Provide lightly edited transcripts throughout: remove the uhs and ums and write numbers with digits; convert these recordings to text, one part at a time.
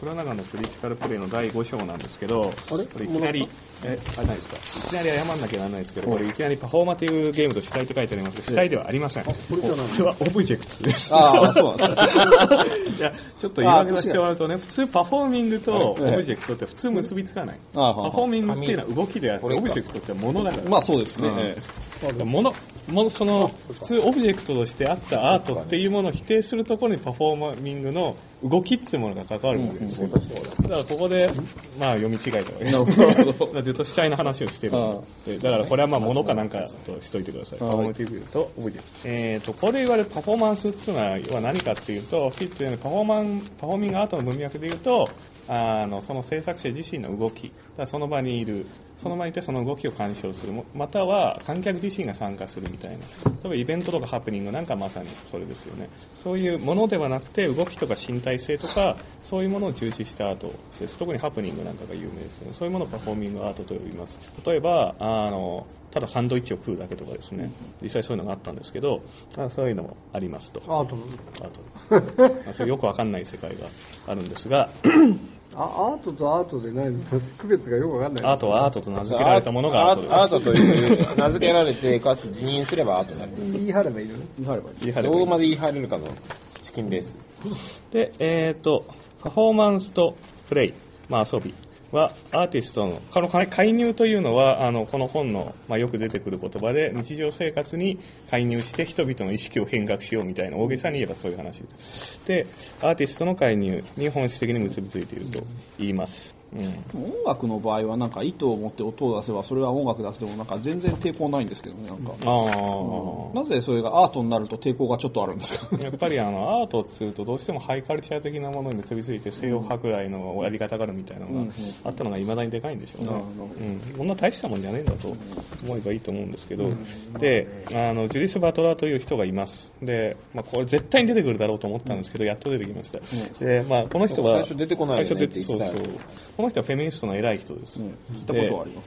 倉永のクリティカルプレイの第5章なんですけど、 あれこれいきなり、あれないですか、いきなり謝んなきゃならないですけど、これいきなりパフォーマティブゲームと主体って書いてありますけど、主体ではありません。これはオブジェクトです。 そうなんですね。 いや、ちょっと言い訳をしてもらうとね、普通パフォーミングとオブジェクトって普通結びつかない。パフォーミングっていうのは動きであって、オブジェクトって物だから。 まあそうですね。 その普通オブジェクトとしてあったアートっていうものを否定するところにパフォーミングの動きっていうものが関わるわけですよ。だからここで、まあ読み違えたわけです。ずっと主体の話をしてる。だからこれはまあ物かなんかとしといてください。パフォーマティブとオブジェクト。ここで言われるパフォーマンスっていうのは何かっていうと、パフォーミングアートの文脈で言うと、その制作者自身の動き、その場にいてその動きを鑑賞する、または観客自身が参加するみたいな、例えばイベントとかハプニングなんかまさにそれですよね。そういうものではなくて動きとか身体性とかそういうものを重視したアートです。特にハプニングなんかが有名ですよね。そういうものをパフォーミングアートと呼びます。例えばただサンドイッチを食うだけとかですね、実際そういうのがあったんですけど、そういうのもありますと。 アートそれよくわかんない世界があるんですがアートとアートでないの区別がよくわかんない。 アートはアートと名付けられたものがアートです。 アートという名付けられてかつ辞任すればアートになる。 言い張ればいいのね。言い張ればいい。 どこまで言い張れるかのチキンレースで、パフォーマンスとプレイ、遊びはアーティストのこの介入というのはこの本の、よく出てくる言葉で日常生活に介入して人々の意識を変革しようみたいな大げさに言えばそういう話で、アーティストの介入に本質的に結びついていると言います。 音楽の場合はなんか意図を持って音を出せばそれは音楽出せもなんか全然抵抗ないんですけどね。なんかなぜそれがアートになると抵抗がちょっとあるんですか。 やっぱりアートをするとどうしてもハイカルチャー的なものに結びついて西洋舶来のやり方があるみたいなのがあったのが未だにでかいんでしょうね。こんな大したもんじゃねえんだと思えばいいと思うんですけど、でジュディス・バトラーという人がいます。で、これ絶対に出てくるだろうと思ったんですけど、やっと出てきました。で、この人は最初出てこないよねって言ってたんです。 この人はフェミニストの偉い人です。 聞いたことはあります。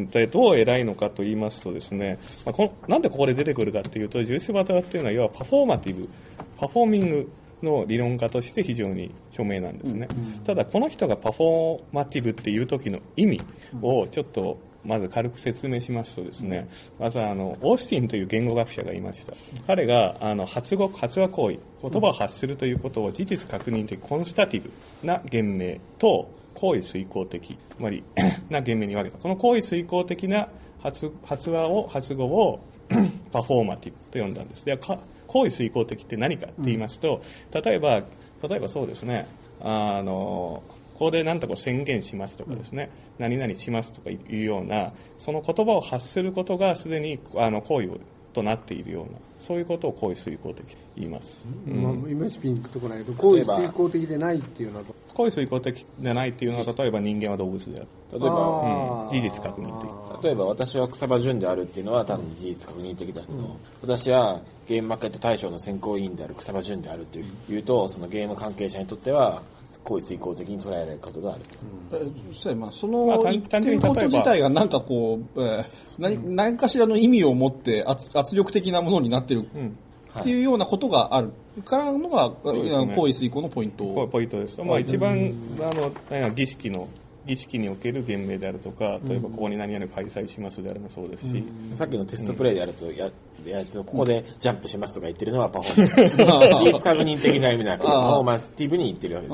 でどう偉いのかと言いますとですね、なんでここで出てくるかというと、ジュディス・バトラーというのは要はパフォーミングの理論家として非常に著名なんですね。ただこの人がパフォーマティブっていう時の意味をちょっとまず軽く説明しますとですね、まずオースティンという言語学者がいました。彼が発話行為、言葉を発するということを事実確認的コンスタティブな言命と行為遂行的つまりな言命に分けた。この行為遂行的な発語をパフォーマティブと呼んだんです。で、行為遂行的って何かって言いますと、例えばそうですね、ここで何とか宣言しますとかですね、何々しますとかいうような、その言葉を発することがすでに行為となっているような、そういうことを行為遂行的と言います。 いまいちピンとこないけど、行為遂行的でないっていうのは行為遂行的でないっていうのは、例えば人間は動物である。 例えば、 事実確認的。 例えば私は草場淳であるっていうのは単に事実確認的だけど、私はゲームマーケット大賞の選考委員である草場淳であるっていうと、そのゲーム関係者にとっては行為遂行的に捉えられることがあると。 その言ってること自体がなんかこう、何かしらの意味を持って圧力的なものになってるっていうようなことがあるからのが、行為遂行のポイント。 ポイントです。一番儀式における言命であるとか、例えばここに何々開催しますであるもそうですし、 さっきのテストプレイでやると、ここでジャンプしますとか言ってるのはパフォーマンス。事実確認的な意味なく、パフォーマンスティブに言ってるわけです。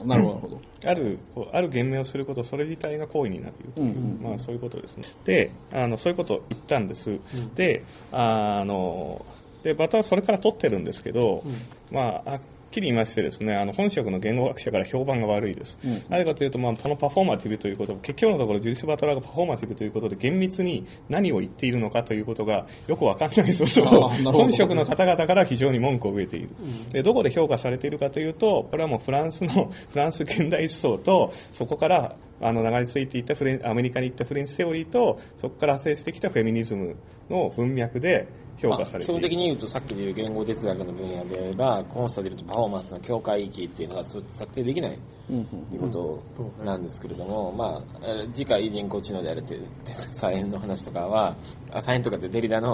なるほど。 ある言命をすること、それ自体が行為になるという、そういうことですね。で、そういうことを言ったんです。で、バタはそれから取ってるんですけど、はっきり言いましてですね、本職の言語学者から評判が悪いです。なぜかというと、このパフォーマティブということ、結局のところジュディス・バトラーがパフォーマティブということで厳密に何を言っているのかということがよくわかんないですと、本職の方々から非常に文句を受けている。で、どこで評価されているかというと、これはもうフランス現代思想と、そこから流れ着いていたアメリカに行ったフレンチセオリーと、そこから派生してきたフェミニズムの文脈で評価されている。 基本的に言うと、さっきでいう言語哲学の分野であれば、コンスタティブとパフォーマンスの境界域っていうのが策定できないということなんですけれども、次回人工知能であるサイエンの話とかは、サイエンとかってデリダの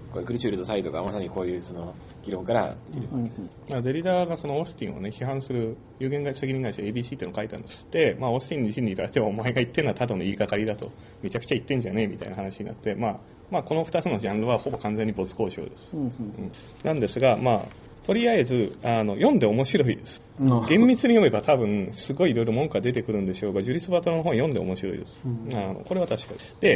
これクリチュールとサイドがまさにこういうその議論からできるわけです。 デリダーがそのオースティンをね、批判する有限責任会社 ABC っていうのを書いたんです。で、オースティン自身に言われても、お前が言ってるのはただの言いがかりだと。めちゃくちゃ言ってんじゃねえみたいな話になって、この2つのジャンルはほぼ完全に没交渉です。なんですが、とりあえず読んで面白いです。厳密に読めば多分すごいいろいろ文句が出てくるんでしょうが、ジュリス・バトラーの本読んで面白いです。これは確かです。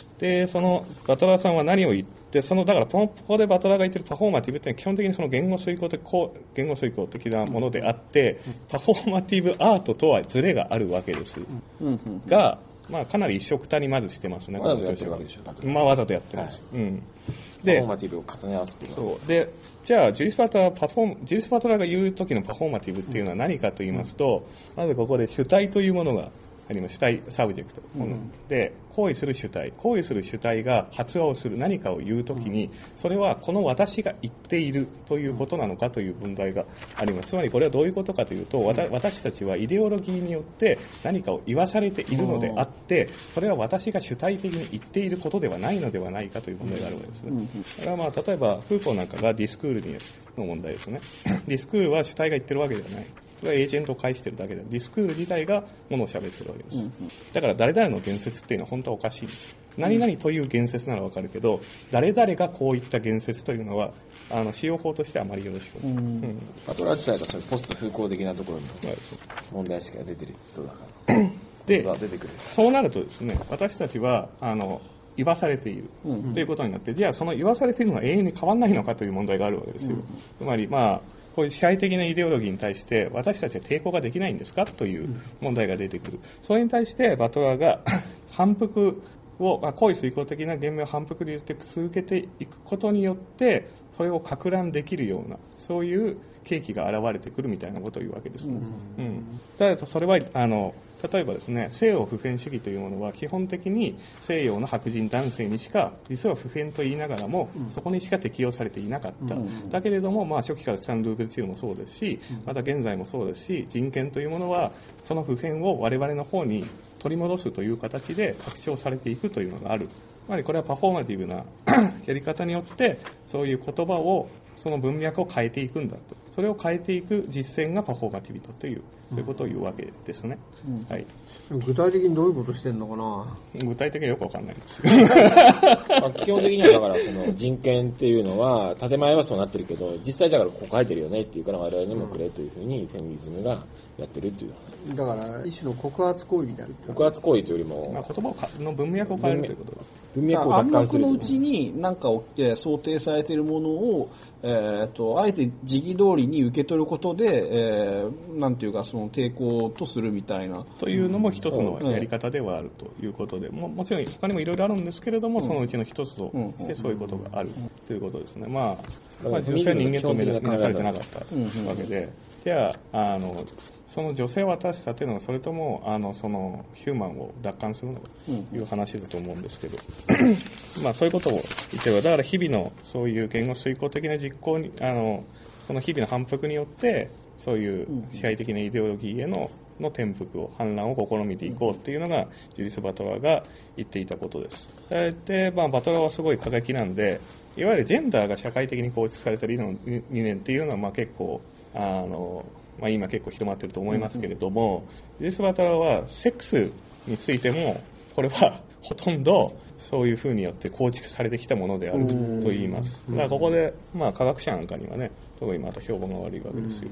で、そのバトラーさんは何を言って、だからここでバトラーが言ってるパフォーマティブって基本的にその言語遂行的なものであって、パフォーマティブアートとはズレがあるわけです。が、かなり一緒くたにまずしてますね。 わざとやってるわけでしょ。 わざとやってます。 パフォーマティブを重ね合わせてる。 そうで、じゃあジュリス・バトラーが言う時のパフォーマティブっていうのは何かと言いますと、まずここで主体というものがあります。主体、サブジェクト。で、行為する主体が発話をする何かを言うときに、それはこの私が言っているということなのかという問題があります。つまりこれはどういうことかというと、私たちはイデオロギーによって何かを言わされているのであって、それは私が主体的に言っていることではないのではないかという問題があるわけですね。だから例えば、フーコーなんかがディスクールの問題ですね。ディスクールは主体が言ってるわけではない。それはエージェントを介してるだけで、ディスクール自体がものを喋ってるわけです。だから誰々の言説っていうのは本当はおかしいんです。何々という言説ならわかるけど、誰々がこういった言説というのは、使用法としてはあまりよろしくない。 バトラー自体がそれポスト風光的なところに問題意識が出てる人だから。で、出てくる。 そうなるとですね、私たちは、言わされているということになって、じゃあその言わされているのは永遠に変わらないのかという問題があるわけですよ。つまり、こういう支配的なイデオロギーに対して私たちは抵抗ができないんですかという問題が出てくる。それに対してバトラーが反復を、行為遂行的な言明を反復で言って続けていくことによって、それを撹乱できるような、そういう契機が現れてくるみたいなことを言うわけです。だからそれは、例えばですね、西洋普遍主義というものは基本的に西洋の白人男性にしか、実は普遍と言いながらも、そこにしか適用されていなかった。だけれども、初期からスタンルーベルチルもそうですし、また現在もそうですし、人権というものは、その普遍を我々の方に取り戻すという形で拡張されていくというのがある。つまりこれはパフォーマティブなやり方によって、そういう言葉を、その文脈を変えていくんだと。それを変えていく実践がパフォーマティビティという、そういうことを言うわけですね。はい。 具体的にどういうことしてんのかな。 具体的にはよくわかんないんですよ。 基本的にはだからその人権っていうのは、建前はそうなってるけど、実際だからここ書いてるよねっていうから我々にもくれというふうにフェミニズムがやってるっていう。 だから一種の告発行為になる。 告発行為というよりも、 言葉の文脈を変えるということです。 文脈を奪還する。暗黙のうちに何かを想定されているものを、あえて時期通りに受け取ることで、なんていうかその抵抗とするみたいな。 というのも一つのやり方ではあるということで、もちろん他にもいろいろあるんですけれども、そのうちの一つとしてそういうことがあるということですね。女性は人間と見なされてなかったわけで、じゃあ、その女性を渡したというのは、それともそのヒューマンを奪還するのかという話だと思うんですけど、そういうことを言っては、だから日々のそういう言語遂行的な実行に、その日々の反復によって、そういう支配的なイデオロギーへの転覆を、反乱を試みていこうっていうのが、ジュディス・バトラーが言っていたことです。で、バトラーはすごい過激なんで、いわゆるジェンダーが社会的に構築された理念っていうのは、結構、今結構広まっていると思いますけれども、ジュディス・バトラーはセックスについても、これはほとんどそういう風によって構築されてきたものであると言います。だからここで、科学者なんかにはね、特にまた評判が悪いわけですよ。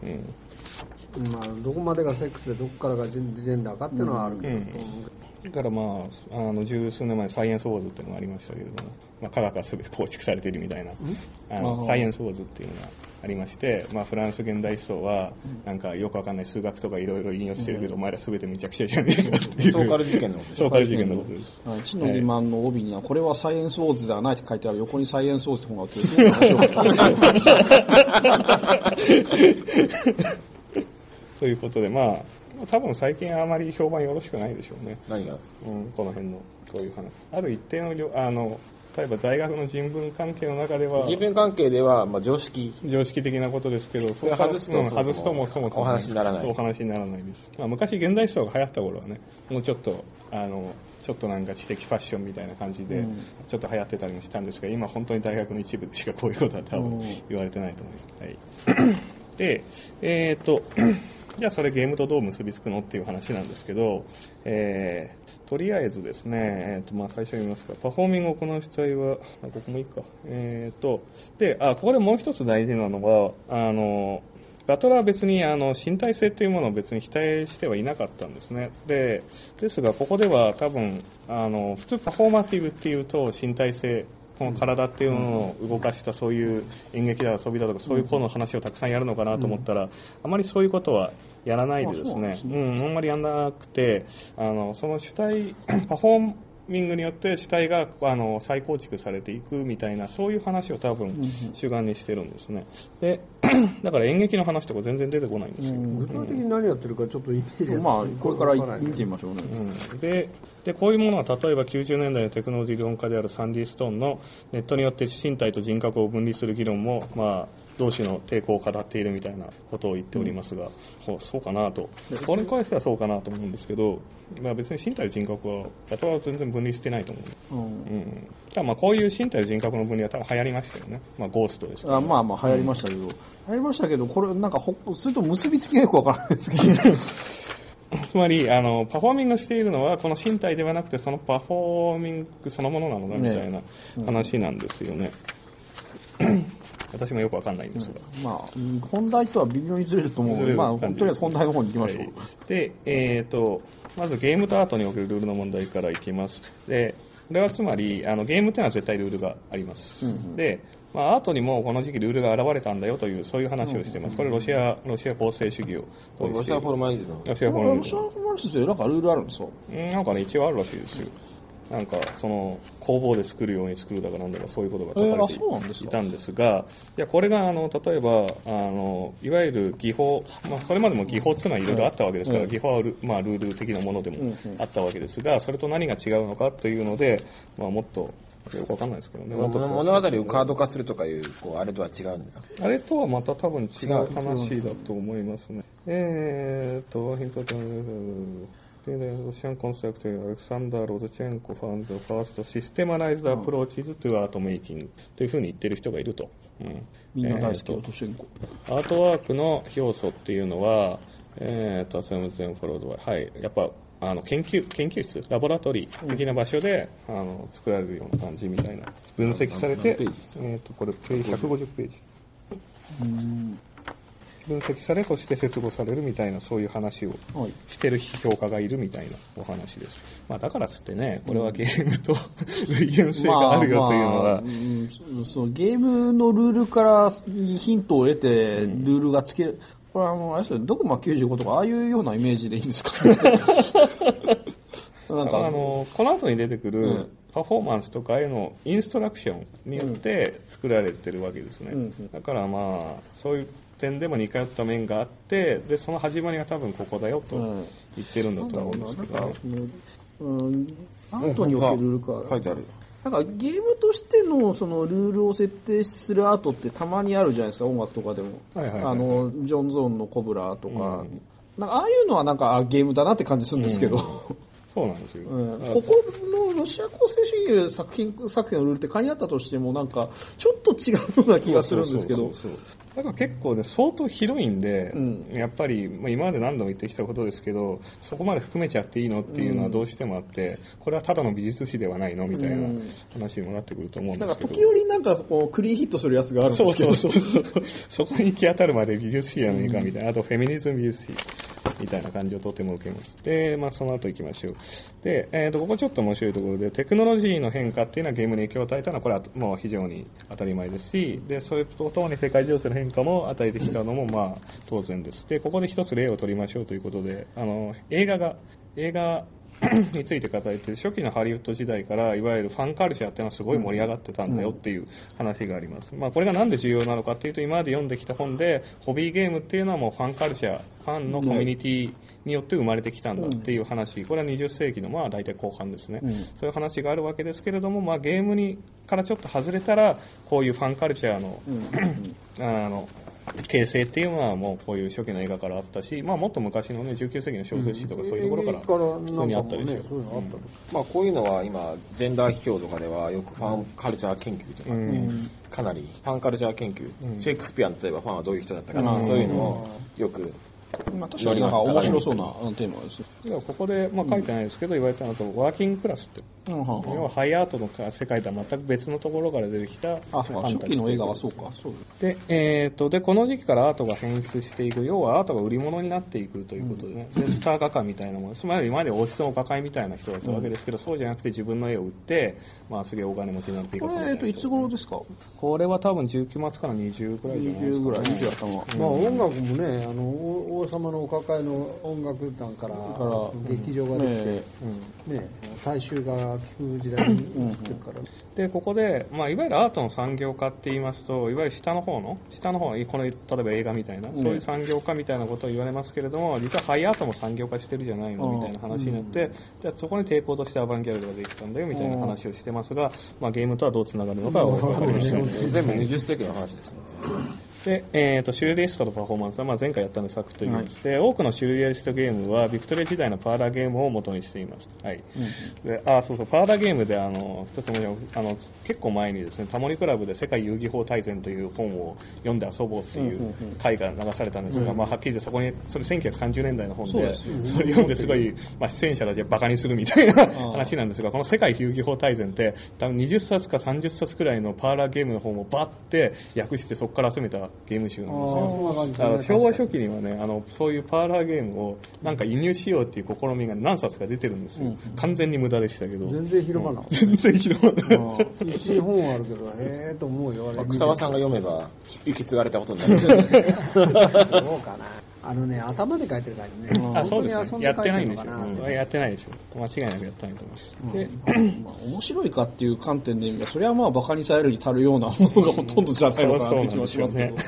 どこまでがセックスでどこからがジェンダーかっていうのはあるんですけど、 だから十数年前にサイエンスウォーズっていうのがありましたけれども、科学が全て構築されているみたいな、サイエンスウォーズっていうのがありまして、フランス現代思想は、なんかよくわかんない数学とかいろいろ引用してるけど、お前ら全てめちゃくちゃじゃねえかっていう。 ソーカル事件のことです。 ソーカル事件のことです。 知の欺瞞の帯には、これはサイエンスウォーズではないって書いてある横にサイエンスウォーズって本が映る。ということで、多分最近あまり評判よろしくないでしょうね。 何がですか？ この辺のこういう話。ある一定の例例えば大学の人文関係の中では、 人文関係では、まあ、常識的なことですけど、 それ外すともそもお話にならない。 お話にならないです。まあ、昔現代思想が流行った頃はね、もうちょっとなんか知的ファッションみたいな感じで、ちょっと流行ってたりもしたんですが、今本当に大学の一部でしかこういうことは多分言われてないと思います。はい。で、じゃあそれゲームとどう結びつくのっていう話なんですけど、とりあえずですね、まあ最初に言いますか、パフォーミングを行う主体は、ここもいいか。で、ここでもう一つ大事なのは、バトラーは別に身体性というものを別に否定してはいなかったんですね。ですがここでは多分普通パフォーマティブっていうと身体性、この体っていうのを動かしたそういう演劇だ遊びだとかそういうことの話をたくさんやるのかなと思ったら、あまりそういうことはやらないでですね、あんまりやらなくて、その主体パフォーミングによって主体が再構築されていくみたいな、そういう話を多分主眼にしてるんですね。でだから演劇の話とか全然出てこないんですよ。 具体的に何やってるかちょっとイメージ、 まあこれから見てみましょうね。 でこういうものは例えば90年代のテクノロジー理論家であるサンディ・ストーンのネットによって身体と人格を分離する議論も、まあ同種の抵抗を語っているみたいなことを言っておりますが、そうかなと。これに関してはそうかなと思うんですけど、まあ別に身体と人格は、バトラーは全然分離してないと思う。ただまあこういう身体と人格の分離は多分流行りましたよね。まあゴーストですから、ね。 まあ流行りましたけど、流行りましたけど、これなんかそれと結びつきがよくわからないですけど。 つまりパフォーミングしているのはこの身体ではなくてそのパフォーミングそのものなのだみたいな話なんですよね。私もよくわかんないんですが、 まあ本題とは微妙にずれると思うので、まあとりあえず本題の方に行きましょう。 で、まずゲームとアートにおけるルールの問題からいきます。で、これはつまりゲームっていうのは絶対ルールがあります。で、まあ、アートにもこの時期ルールが現れたんだよというそういう話をしています。これロシア構成主義をロシアフォルマリズム。 ロシアフォルマリズムってなんかルールあるんですか？ なんかね一応あるらしいですよ。なんかその工房で作るように作るだかなんだかそういうことが書かれていたんですが、いやこれが例えばいわゆる技法、まあそれまでも技法っていうのはいろいろあったわけですから、技法はまあルール的なものでもあったわけですが、それと何が違うのかというので、まあもっとよくわかんないですけどね。 物語をカード化するとかいうあれとは違うんですか？ あれとはまた多分違う話だと思いますね。The Russian constructor Alexander Rodchenko found the first systematized approaches to art making というふうに言ってる人がいると。 みんな大好きロドシェンコ。 アートワークの要素っていうのは、はい、やっぱ研究室、ラボラトリー的な場所で、作られるような感じみたいな。分析されて、これ150ページ。分析され、そして接合されるみたいな、そういう話をしてる批評家がいるみたいなお話です。まあだからつってね、これはゲームと類似性があるよというのは、 そうゲームのルールからヒントを得て、ルールがつける。これはあれですよ、ドグマ95とかああいうようなイメージでいいんですか？ なんかこの後に出てくるパフォーマンスとかへのインストラクションによって作られてるわけですね。だからまあそういう点でも似通った面があって、でその始まりが多分ここだよと言ってるんだと思うんですけどね。 アートにおけるルールか。 書いてある。 なんかゲームとしてのそのルールを設定するアートってたまにあるじゃないですか、音楽とかでも。ジョン・ゾーンのコブラとか。なんかああいうのはなんかゲームだなって感じするんですけど。 そうなんですよ。 ここのロシア構成主義作品のルールって仮にあったとしてもなんかちょっと違うような気がするんですけど。 だから結構ね、相当広いんで、やっぱり、まあ、今まで何度も言ってきたことですけど、そこまで含めちゃっていいのっていうのはどうしてもあって、これはただの美術史ではないのみたいな話にもなってくると思うんですけど。 だから時折なんかこうクリーンヒットするやつがあるんですけど。 そこに行き当たるまで美術史やねえかみたいな、あとフェミニズム美術史みたいな感じをとても受けます。で、まあその後行きましょう。で、ここちょっと面白いところで、テクノロジーの変化っていうのはゲームに影響を与えたのは、これはもう非常に当たり前ですし、で、それとともに世界情勢の変化も与えてきたのもまあ当然です。で、ここで一つ例を取りましょうということで、映画について語られて、初期のハリウッド時代からいわゆるファンカルチャーっていうのはすごい盛り上がってたんだよっていう話があります。まあこれがなんで重要なのかっていうと、今まで読んできた本で、ホビーゲームっていうのはもうファンカルチャー、ファンのコミュニティによって生まれてきたんだっていう話、これは20世紀のまあ大体後半ですね、そういう話があるわけですけれども、まあ、ゲームからちょっと外れたらこういうファンカルチャーの形成っていうのはもうこういう初期の映画からあったし、まあ、もっと昔のね19世紀の小説誌とかそういうところから普通にあったりして、 まあ、こういうのは今ジェンダー批評とかではよくファンカルチャー研究とかってかなりファンカルチャー研究、シェイクスピアの例えばファンはどういう人だったかとか、そういうのをよくまあ、確かになんか面白そうなテーマです。 ここで、まあ、書いてないですけど、言われたのと、ワーキングクラスって、要はハイアートの世界とは全く別のところから出てきたファンタジー。 初期の映画はそうか。そうで、で、この時期からアートが変質していく、要はアートが売り物になっていくということでね、でスター画家みたいなもの、つまり今まで王室のお抱えみたいな人だったわけですけど、そうじゃなくて自分の絵を売って、まあ、すげえお金持ちになっていく。 これ、いつ頃ですか？ これは多分19末から20ぐらいじゃないですか、ね。20ぐらい、20 頭。まあ、音楽もね、王様のお抱えの音楽団から劇場ができて、大衆が聴く時代に移ってるから。 で、ここで、まあ、いわゆるアートの産業化って言いますと、いわゆる下の方、この、例えば映画みたいな、そういう産業化みたいなことを言われますけれども、実はハイアートも産業化してるじゃないのみたいな話になって、じゃあそこに抵抗としてアバンギャルドができたんだよみたいな話をしてますが、まあ、ゲームとはどうつながるのかは分かりません。 全部20世紀の話ですね。 で、シュルレアリストのパフォーマンスは、まあ、前回やったのでサクッと言います。で、多くのシュルレアリストゲームはビクトリア時代のパーラーゲームを元にしています。はい。で、そうそう、パーラーゲームで一つの結構前にですね、タモリクラブで世界遊戯法大全という本を読んで遊ぼうっていう回が流されたんですが、まあ、はっきり言ってそれ1930年代の本で、それ読んですごい、まあ、出演者たちはバカにするみたいな話なんですが、この世界遊戯法大全って、多分20冊か30冊くらいのパーラーゲームの本をバッて訳してそこから集めたゲーム集なんですよ。昭和初期にはね、そういうパーラーゲームをなんか輸入しようっていう試みが何冊か出てるんですよ。完全に無駄でしたけど。 全然広まらない。 全然広まらない。 1本あるけど、と思うよ。 草場さんが読めば受け継がれたことになる。 どうかな。頭で書いてるからね。 そうですね。やってないんでしょ。やってないでしょ。間違いなくやってないと思います。で、 面白いかっていう観点で見れば、それはまあ馬鹿にされるに足るようなものがほとんどじゃないのかなって気はしますけど。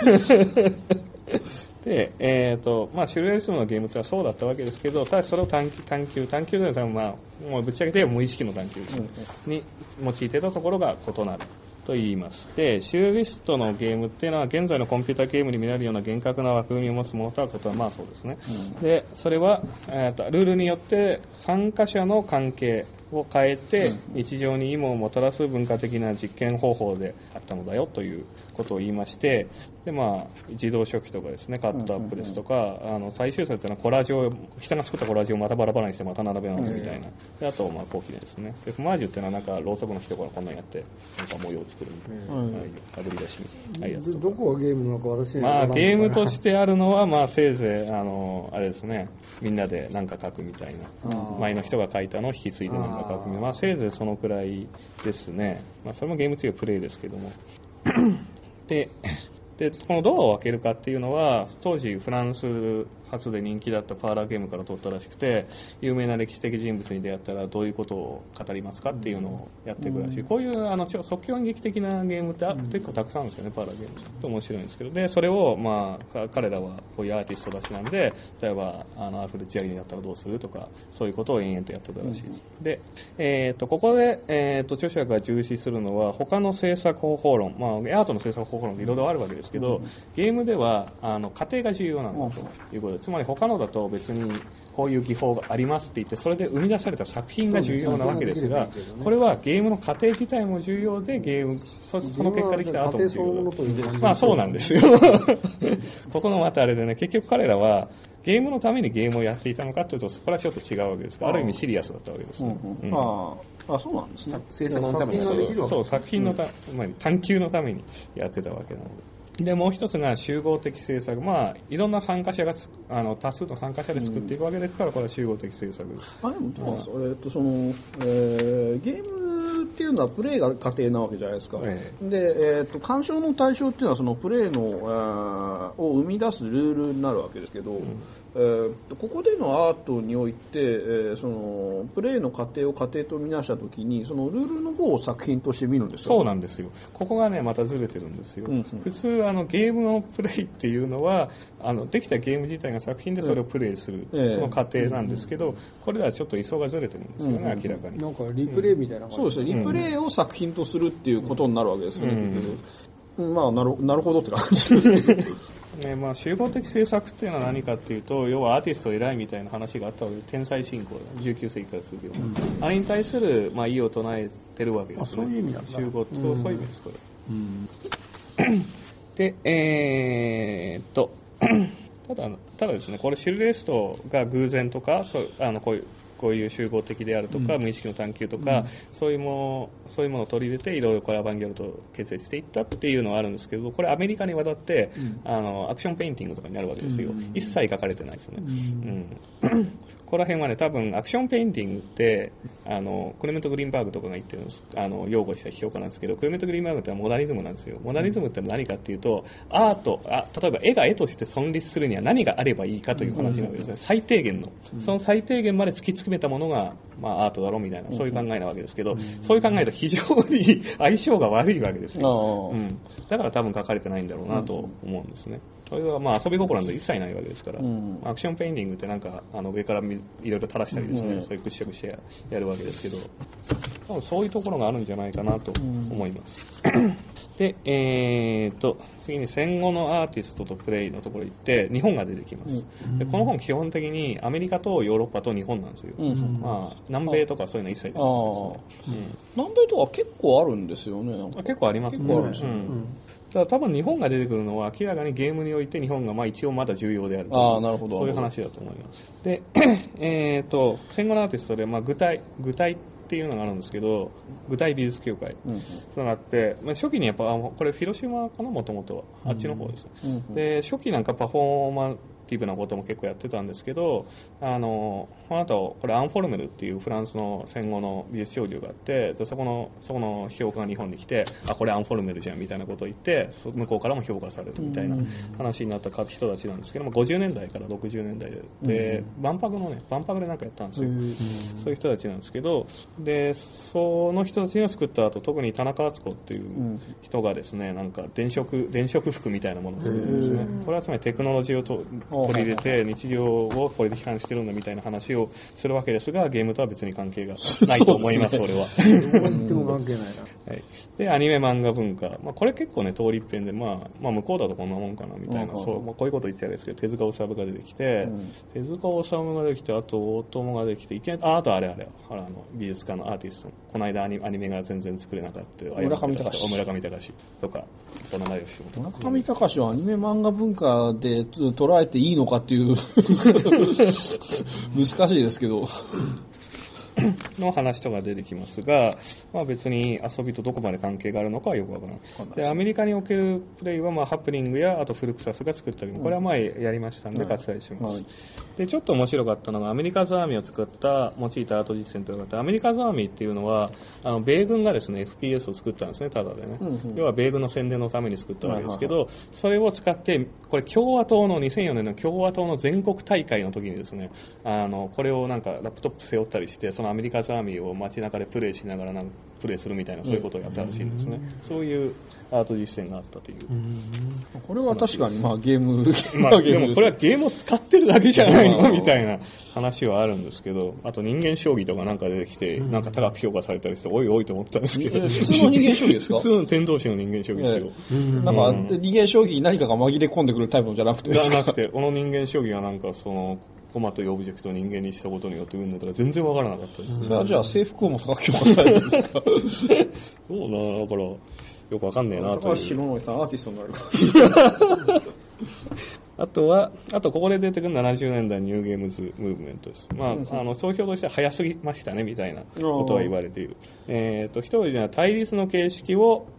で、まあ、シュルレアリスムのゲームとはそうだったわけですけど、ただそれを探求というのは、まあ、もうぶっちゃけて無意識の探求に用いてたところが異なる。と言います。で、シューリストのゲームっていうのは現在のコンピューターゲームに見られるような厳格な枠組みを持つものとはことはまあそうですね。で、それは、ルールによって参加者の関係を変えて日常に意味をもたらす文化的な実験方法であったのだよということを言いまして、で、まあ、自動書記とかですね、カットアップですとか、最終作っていうのはコラージュを、人が作ったコラージュをまたバラバラにしてまた並べ直すみたいな。で、あと、まあ、後期ですね。で、フマージュっていうのはなんか、ろうそくの人からこんなんやって、なんか模様を作るみたいな。かぶり出しみたいなやつ。 どこがゲームなのか私にはまあ、ゲームとしてあるのは、まあ、せいぜい、あれですね、みんなでなんか書くみたいな。前の人が書いたのを引き継いでなんか書くみたいな。まあ、せいぜいそのくらいですね。まあ、それもゲーム強いプレイですけども。で、このどう分けるかっていうのは、当時フランス発で人気だったパーラーゲームから取ったらしくて、有名な歴史的人物に出会ったらどういうことを語りますかっていうのをやっていくらしい。こういう即興演劇的なゲームって結構たくさんあるんですよね、パーラーゲームって面白いんですけど。で、それを、まあ、彼らはこういうアーティストたちなんで、例えば、アルフレッド・ジャリにやったらどうするとか、そういうことを延々とやってたらしいです。で、ここで、著者が重視するのは、他の制作方法論、まあ、アートの制作方法論っていろいろあるわけですけど、ゲームでは、過程が重要なんだということで、つまり他のだと別にこういう技法がありますって言って、それで生み出された作品が重要なわけですが、これはゲームの過程自体も重要で、その結果できたアートも重要だ。まあそうなんですよ。ここのまたあれでね、結局彼らは、ゲームのためにゲームをやっていたのかというと、そこはちょっと違うわけですが、ある意味シリアスだったわけですね。 そうなんですね。 制作のためにそう、作品の探求のためにやってたわけなので。で、もう一つが集合的制作。まあ、いろんな参加者が、多数の参加者で作っていくわけですから、これは集合的制作です。 でも、ゲームってっていうのはプレイが過程なわけじゃないですか。で、鑑賞の対象っていうのはそのプレイのを生み出すルールになるわけですけど、ここでのアートにおいて、そのプレイの過程を過程とみなしたときにそのルールの方を作品として見るんですか？ そうなんですよ。ここがねまたずれてるんですよ。普通ゲームのプレイっていうのはできたゲーム自体が作品でそれをプレイする、その過程なんですけど、これではちょっと位相がずれてるんですよね、明らかに。 なんかリプレイみたいな感じ、 そうですね。リプレイを作品とするっていうことになるわけですよね。まあなるほどって感じですね。まあ、集合的制作っていうのは何かっていうと、要はアーティスト偉いみたいな話があったわけで、天才進行19世紀から続くような、あれに対する、まあ、異を唱えてるわけですね。 そういう意味なんだ。 集合、そういう意味です、これ。で、ただですね、これシルレストが偶然とか、こういう集合的であるとか、無意識の探求とか、そういうものを取り入れていろいろこれアバンギャルドを結成していったっていうのはあるんですけど、これアメリカに渡って、アクションペインティングとかになるわけですよ。一切書かれてないですね。ここら辺はね、多分アクションペインティングってクレメント・グリーンバーグとかが言ってるんです、擁護した評価なんですけど、クレメント・グリーンバーグってモダニズムなんですよ。モダニズムって何かっていうと、例えば絵が絵として存立するには何があればいいかという話なわけですね。最低限の、その最低限まで突き詰めたものが、まあ、アートだろうみたいな、そういう考えなわけですけど、そういう考えと非常に相性が悪いわけですよ。だから多分書かれてないんだろうなと思うんですね。それはまあ遊び心なんて一切ないわけですから、アクションペインティングってなんか上からいろいろ垂らしたりですね、そういうクッションしてやるわけですけど、多分そういうところがあるんじゃないかなと思います。で、次に戦後のアーティストとプレイのところに行って日本が出てきます。でこの本基本的にアメリカとヨーロッパと日本なんですよ。まあ、南米とかそういうの一切出てないですね。 南米とか結構あるんですよね。 結構ありますね。ただ多分日本が出てくるのは明らかにゲームにおいて日本がまあ一応まだ重要であるという、そういう話だと思います。で、戦後のアーティストでまあ具体っていうのがあるんですけど、具体美術協会となって、まあ、初期にやっぱこれ広島かな、もともとはあっちの方ですね。で初期なんかパフォーマンティブなことも結構やってたんですけど、この後これアンフォルメルっていうフランスの戦後の美術潮流があって、でそこの評価が日本に来て、これアンフォルメルじゃんみたいなことを言って、向こうからも評価されるみたいな話になった人たちなんですけども、50年代から60年代で、万博でなんかやったんですよ。そういう人たちなんですけど、でその人たちが作った後、特に田中敦子っていう人がですね、なんか電飾服みたいなものを作るんですね。これはつまりテクノロジーを取り入れて日常をこれで批判してるんだみたいな話をするわけですが、ゲームとは別に関係がないと思います、それは。 でも関係ないな。 はい。で、アニメ漫画文化。まあ、これ結構ね、通り一遍で、まあ、向こうだとこんなもんかな、みたいな、まあ、こういうこと言っちゃうんですけど、手塚治虫が出てきて、手塚治虫が出てきて、あと、大友が出てきて、いきなり、あとあれ、美術家のアーティスト、この間アニメが全然作れなかった、 村上隆とか、 村上隆はアニメ漫画文化で捉えていいのかっていう難しいですけどの話とか出てきますが、まあ、別に遊びとどこまで関係があるのかはよくわからない。でアメリカにおけるプレイはまあハプニングやあとフルクサスが作ったりも、これは前やりましたので割愛します。でちょっと面白かったのがアメリカズアーミーを作った用いたアート実践というのがあって、アメリカズアーミーっていうのは米軍がですね FPS を作ったんですね、ただでね、要は米軍の宣伝のために作ったわけですけど、それを使ってこれ共和党の2004年の共和党の全国大会の時にですね、これをなんかラップトップ背負ったりして、そのアメリカズアーミーを街中でプレイしながらプレイするみたいな、そういうことをやったらしいんですね。そういうアート実践があったという。 これは確かにまあゲームでもこれはゲームを使ってるだけじゃないのみたいな話はあるんですけど、あと人間将棋とかなんか出てきて、なんか高く評価されたりして、おいおいと思ったんですけど。 普通の人間将棋ですか？ 普通の天童市の人間将棋ですよ。 なんか人間将棋に何かが紛れ込んでくるタイプのじゃなくてですか？ じゃなくて、この人間将棋がなんかコマというオブジェクトを人間にしたことによって運動とか全然わからなかったですね。 じゃあ制服をも高く評価されるんですか？ そうな、だからよくわかんねえなという。 高橋宏典さんアーティストになるかもしれない。 あとここで出てくる70年代ニューゲームズムーブメントです。まあ、総評としては早すぎましたねみたいなことは言われている。一人では対立の形式を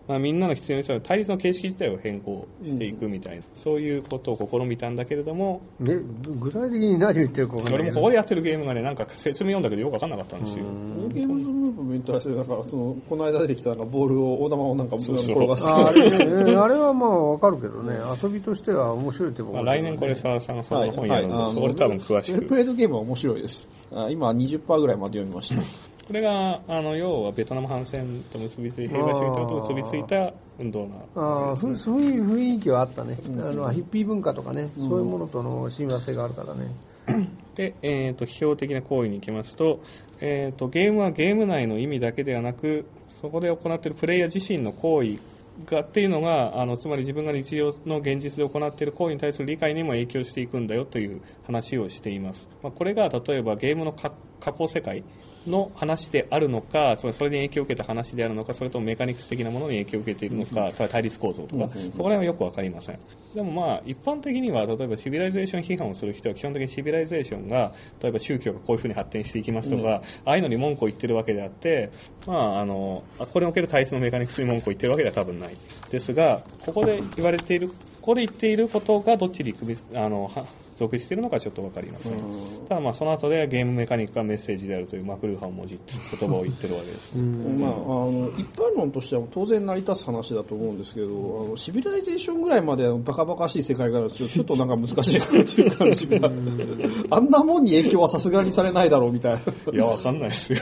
みんなの必要にした対立の形式自体を変更していくみたいな、そういうことを試みたんだけれども、 具体的に何言ってるか分からない。 俺もここでやってるゲームがね、なんか説明読んだけどよく分かんなかったんですよ。 ゲームズムーブメントはなんかこの間出てきたボールを大玉をなんか転がすあれはまあ分かるけどね、遊びとしては面白いってこと、 来年これ澤さんがその本やるんで、それ多分詳しく。 プレイドゲームは面白いです。今 20% ぐらいまで読みました。 これが要はベトナム反戦と結びついて、平和主義と結びついた運動な。 そういう雰囲気はあったね。ヒッピー文化とかね、そういうものとの親和性があるからね。 で、批評的な行為に行きますと、ゲームはゲーム内の意味だけではなく、そこで行っているプレイヤー自身の行為がっていうのがつまり自分が日常の現実で行っている行為に対する理解にも影響していくんだよという話をしています。これが例えばゲームの加工世界の話であるのか、つまりそれに影響を受けた話であるのか、それともメカニクス的なものに影響を受けているのか、対立構造とか、そこら辺はよくわかりません。でも一般的には、例えばシビライゼーション批判をする人は基本的にシビライゼーションが、例えば宗教がこういうふうに発展していきますとか、ああいうのに文句を言ってるわけであって、これにおける対立のメカニクスに文句を言ってるわけでは多分ない。ですが、ここで言われている、ここで言っていることがどっちに属しているのかちょっとわかりません。ただその後でゲームメカニックがメッセージであるというマクルーハンをもじって言葉を言ってるわけです。 一般論としては当然成り立つ話だと思うんですけど、シビライゼーションぐらいまでバカバカしい世界があるとちょっとなんか難しいなっていう感じがあんなもんに影響はさすがにされないだろうみたいな。 いや、わかんないですよ。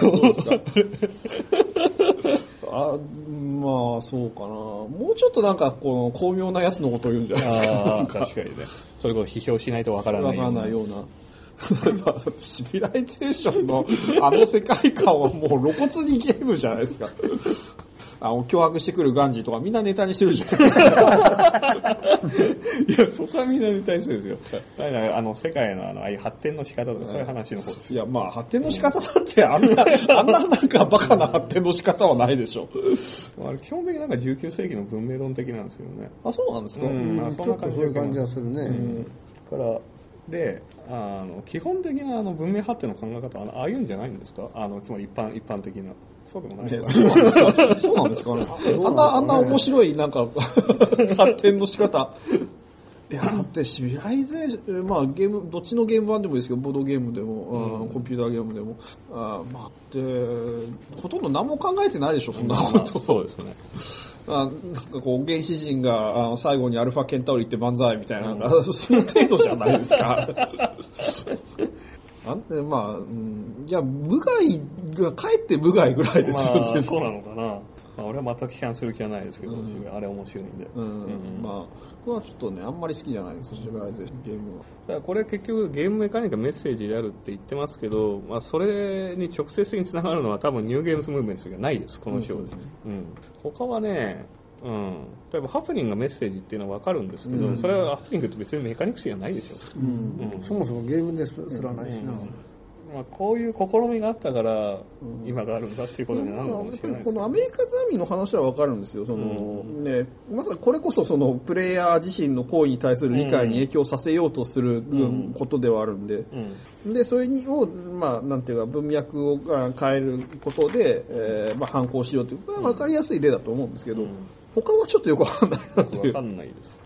そうかな。もうちょっとなんかこの巧妙なやつのことを言うんじゃないですか。 確かにね。それこそ批評しないとわからないような。 シビライゼーションの世界観はもう露骨にゲームじゃないですか。脅迫してくるガンジーとかみんなネタにしてるじゃないですか。いや、そこはみんなネタにするんですよ。世界のああいう発展の仕方とかそういう話の方ですよ。 いや、発展の仕方だってあんななんかバカな発展の仕方はないでしょ。 基本的になんか19世紀の文明論的なんですよね。 そうなんですか。 ちょっとそういう感じはするね。 で、基本的な文明発展の考え方はああいうんじゃないんですか？つまり一般的な。そうでもない。 そうなんですかね。あんな面白いなんか発展の仕方。いや、だってシビライゼーション、ゲーム、どっちのゲーム版でもいいですけど、ボードゲームでも、コンピューターゲームでも、ほとんど何も考えてないでしょ、そんなこと。 そうですね。 なんか原始人が最後にアルファケンタウリって万歳みたいな、その程度じゃないですか。じゃあ、無害がかえって無害ぐらいですよ、 そうなのかな。俺は全く批判する気はないですけど、あれ面白いんで。 僕はちょっとね、あんまり好きじゃないです、シビライゼーションゲームは。 だからこれ結局ゲームメカニックがメッセージであるって言ってますけど、それに直接的につながるのは多分ニューゲームズムーブメントがないです、この章で。他はね、例えばハプニングがメッセージっていうのは分かるんですけど、それはハプニングって別にメカニクスじゃないでしょ。 そもそもゲームですらないしな。 こういう試みがあったから今があるんだっていうことになるのかもしれないです、 このアメリカザミの話は分かるんですよ。まさにこれこそプレイヤー自身の行為に対する理解に影響させようとすることではあるんで、でそれをなんていうか文脈を変えることで、反抗しようというこれは分かりやすい例だと思うんですけど、他はちょっとよく分かんないなっていう。 分かんないです。